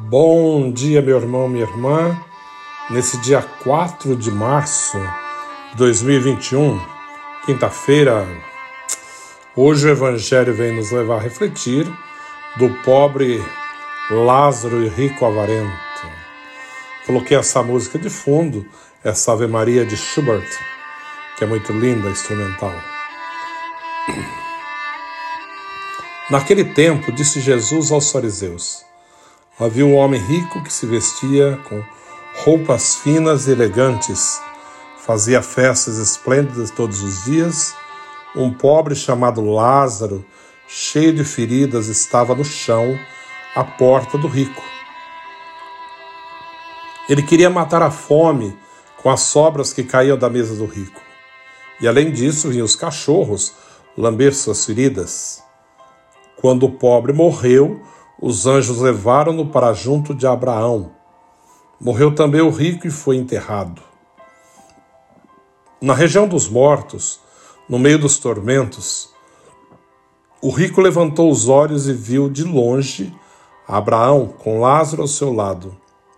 Bom dia, meu irmão, minha irmã. Nesse dia 4 de março de 2021, quinta-feira, hoje o Evangelho vem nos levar a refletir do pobre Lázaro e rico avarento. Coloquei essa música de fundo, essa Ave Maria de Schubert, que é muito linda, instrumental. Naquele tempo, disse Jesus aos fariseus: havia um homem rico que se vestia com roupas finas e elegantes, fazia festas esplêndidas todos os dias. Um pobre chamado Lázaro, cheio de feridas, estava no chão, à porta do rico. Ele queria matar a fome com as sobras que caíam da mesa do rico. E além disso, vinham os cachorros lamber suas feridas. Quando o pobre morreu, os anjos levaram-no para junto de Abraão. Morreu também o rico e foi enterrado. Na região dos mortos, no meio dos tormentos, o rico levantou os olhos e viu de longe Abraão com Lázaro ao seu lado.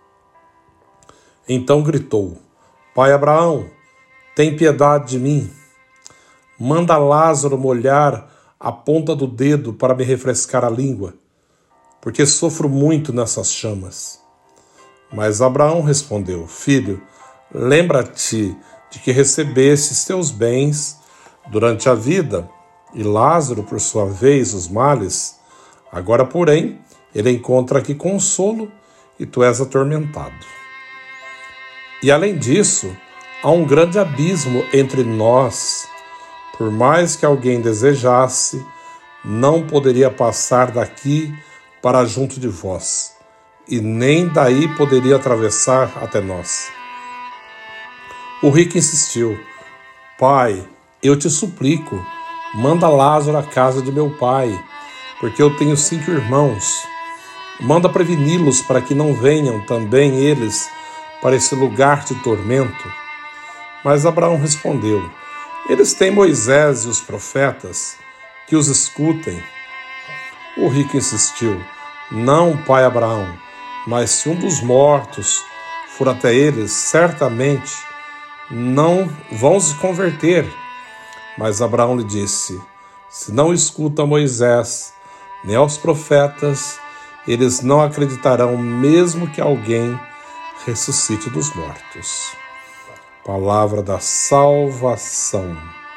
Então gritou: Pai Abraão, tem piedade de mim. Manda Lázaro molhar a ponta do dedo para me refrescar a língua, porque sofro muito nessas chamas. Mas Abraão respondeu: Filho, lembra-te de que recebestes teus bens durante a vida, e Lázaro, por sua vez, os males. Agora, porém, ele encontra aqui consolo e tu és atormentado. E além disso, há um grande abismo entre nós. Por mais que alguém desejasse, não poderia passar daqui para junto de vós, e nem daí poderia atravessar até nós. O rico insistiu: Pai, eu te suplico, manda Lázaro à casa de meu pai, porque eu tenho 5 irmãos. Manda preveni-los para que não venham também eles para esse lugar de tormento. Mas Abraão respondeu: eles têm Moisés e os profetas, que os escutem. O rico insistiu: não, pai Abraão, mas se um dos mortos for até eles, certamente não vão se converter. Mas Abraão lhe disse: se não escutam a Moisés nem aos profetas, eles não acreditarão mesmo que alguém ressuscite dos mortos. Palavra da salvação.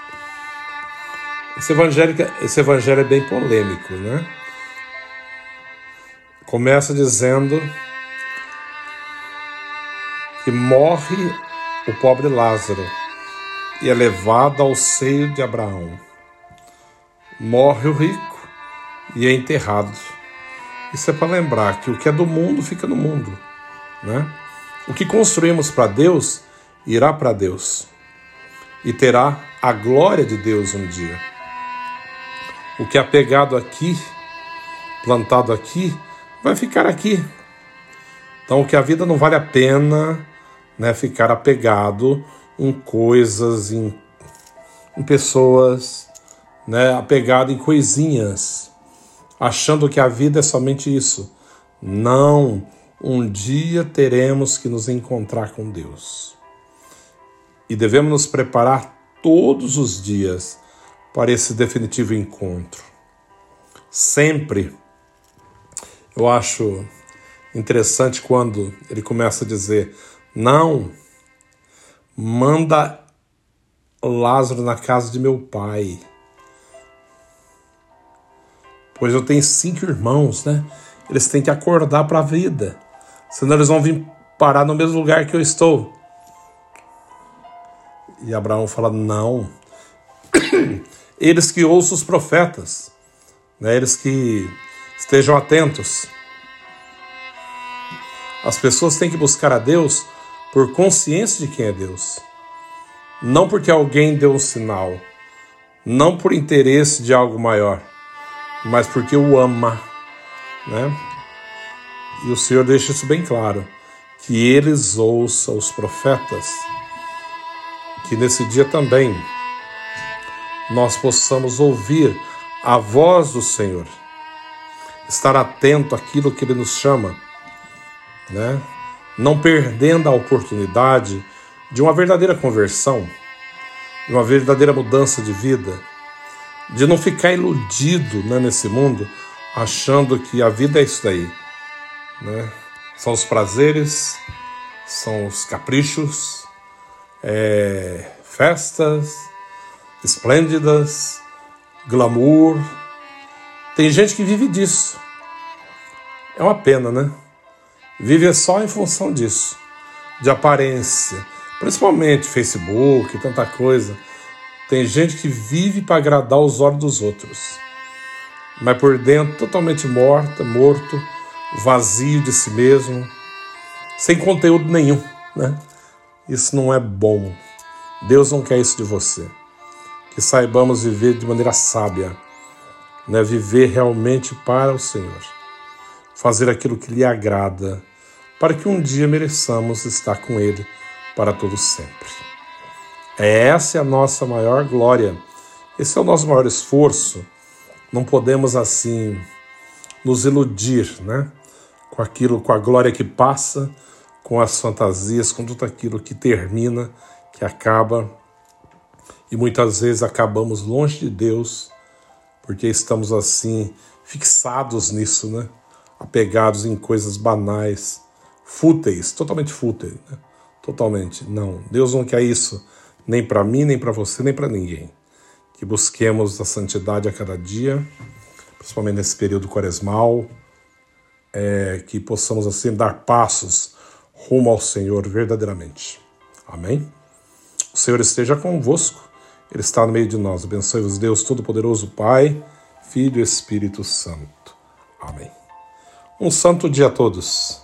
Esse evangelho é bem polêmico, né? Começa dizendo que morre o pobre Lázaro e é levado ao seio de Abraão. Morre o rico e é enterrado. Isso é para lembrar que o que é do mundo fica no mundo, né? O que construímos para Deus irá para Deus e terá a glória de Deus um dia. O que é pegado aqui, plantado aqui, vai ficar aqui. Então, o que a vida não vale a pena, né, ficar apegado em coisas, em pessoas, né, apegado em coisinhas, achando que a vida é somente isso. Não, um dia teremos que nos encontrar com Deus. E devemos nos preparar todos os dias para esse definitivo encontro. Sempre. Eu acho interessante quando ele começa a dizer: não, manda Lázaro na casa de meu pai, pois eu tenho 5 irmãos, né? Eles têm que acordar para a vida, senão eles vão vir parar no mesmo lugar que eu estou. E Abraão fala: não, eles que ouçam os profetas, né? Eles que estejam atentos. As pessoas têm que buscar a Deus por consciência de quem é Deus, não porque alguém deu um sinal, não por interesse de algo maior, mas porque o ama, né? E o Senhor deixa isso bem claro, que eles ouçam os profetas. Que nesse dia também nós possamos ouvir a voz do Senhor, estar atento àquilo que Ele nos chama, né? Não perdendo a oportunidade de uma verdadeira conversão, de uma verdadeira mudança de vida, de não ficar iludido, né, nesse mundo, achando que a vida é isso daí, né? São os prazeres, são os caprichos, festas esplêndidas, glamour. Tem gente que vive disso. É uma pena, né? Vive só em função disso, de aparência. Principalmente Facebook, tanta coisa. Tem gente que vive para agradar os olhos dos outros, mas por dentro totalmente morto, vazio de si mesmo, sem conteúdo nenhum, né? Isso não é bom. Deus não quer isso de você. Que saibamos viver de maneira sábia, né? Viver realmente para o Senhor. Fazer aquilo que lhe agrada, para que um dia mereçamos estar com Ele para todo sempre. Essa é a nossa maior glória. Esse é o nosso maior esforço. Não podemos assim nos iludir, né? Com aquilo, com a glória que passa, com as fantasias, com tudo aquilo que termina, que acaba. E muitas vezes acabamos longe de Deus, porque estamos assim fixados nisso, né? Apegados em coisas banais, fúteis, totalmente fúteis, né? Totalmente. Não, Deus não quer isso, nem para mim, nem para você, nem para ninguém. Que busquemos a santidade a cada dia, principalmente nesse período quaresmal, que possamos assim dar passos rumo ao Senhor verdadeiramente. Amém? O Senhor esteja convosco, Ele está no meio de nós. Abençoe-vos Deus Todo-Poderoso, Pai, Filho e Espírito Santo. Amém. Um santo dia a todos.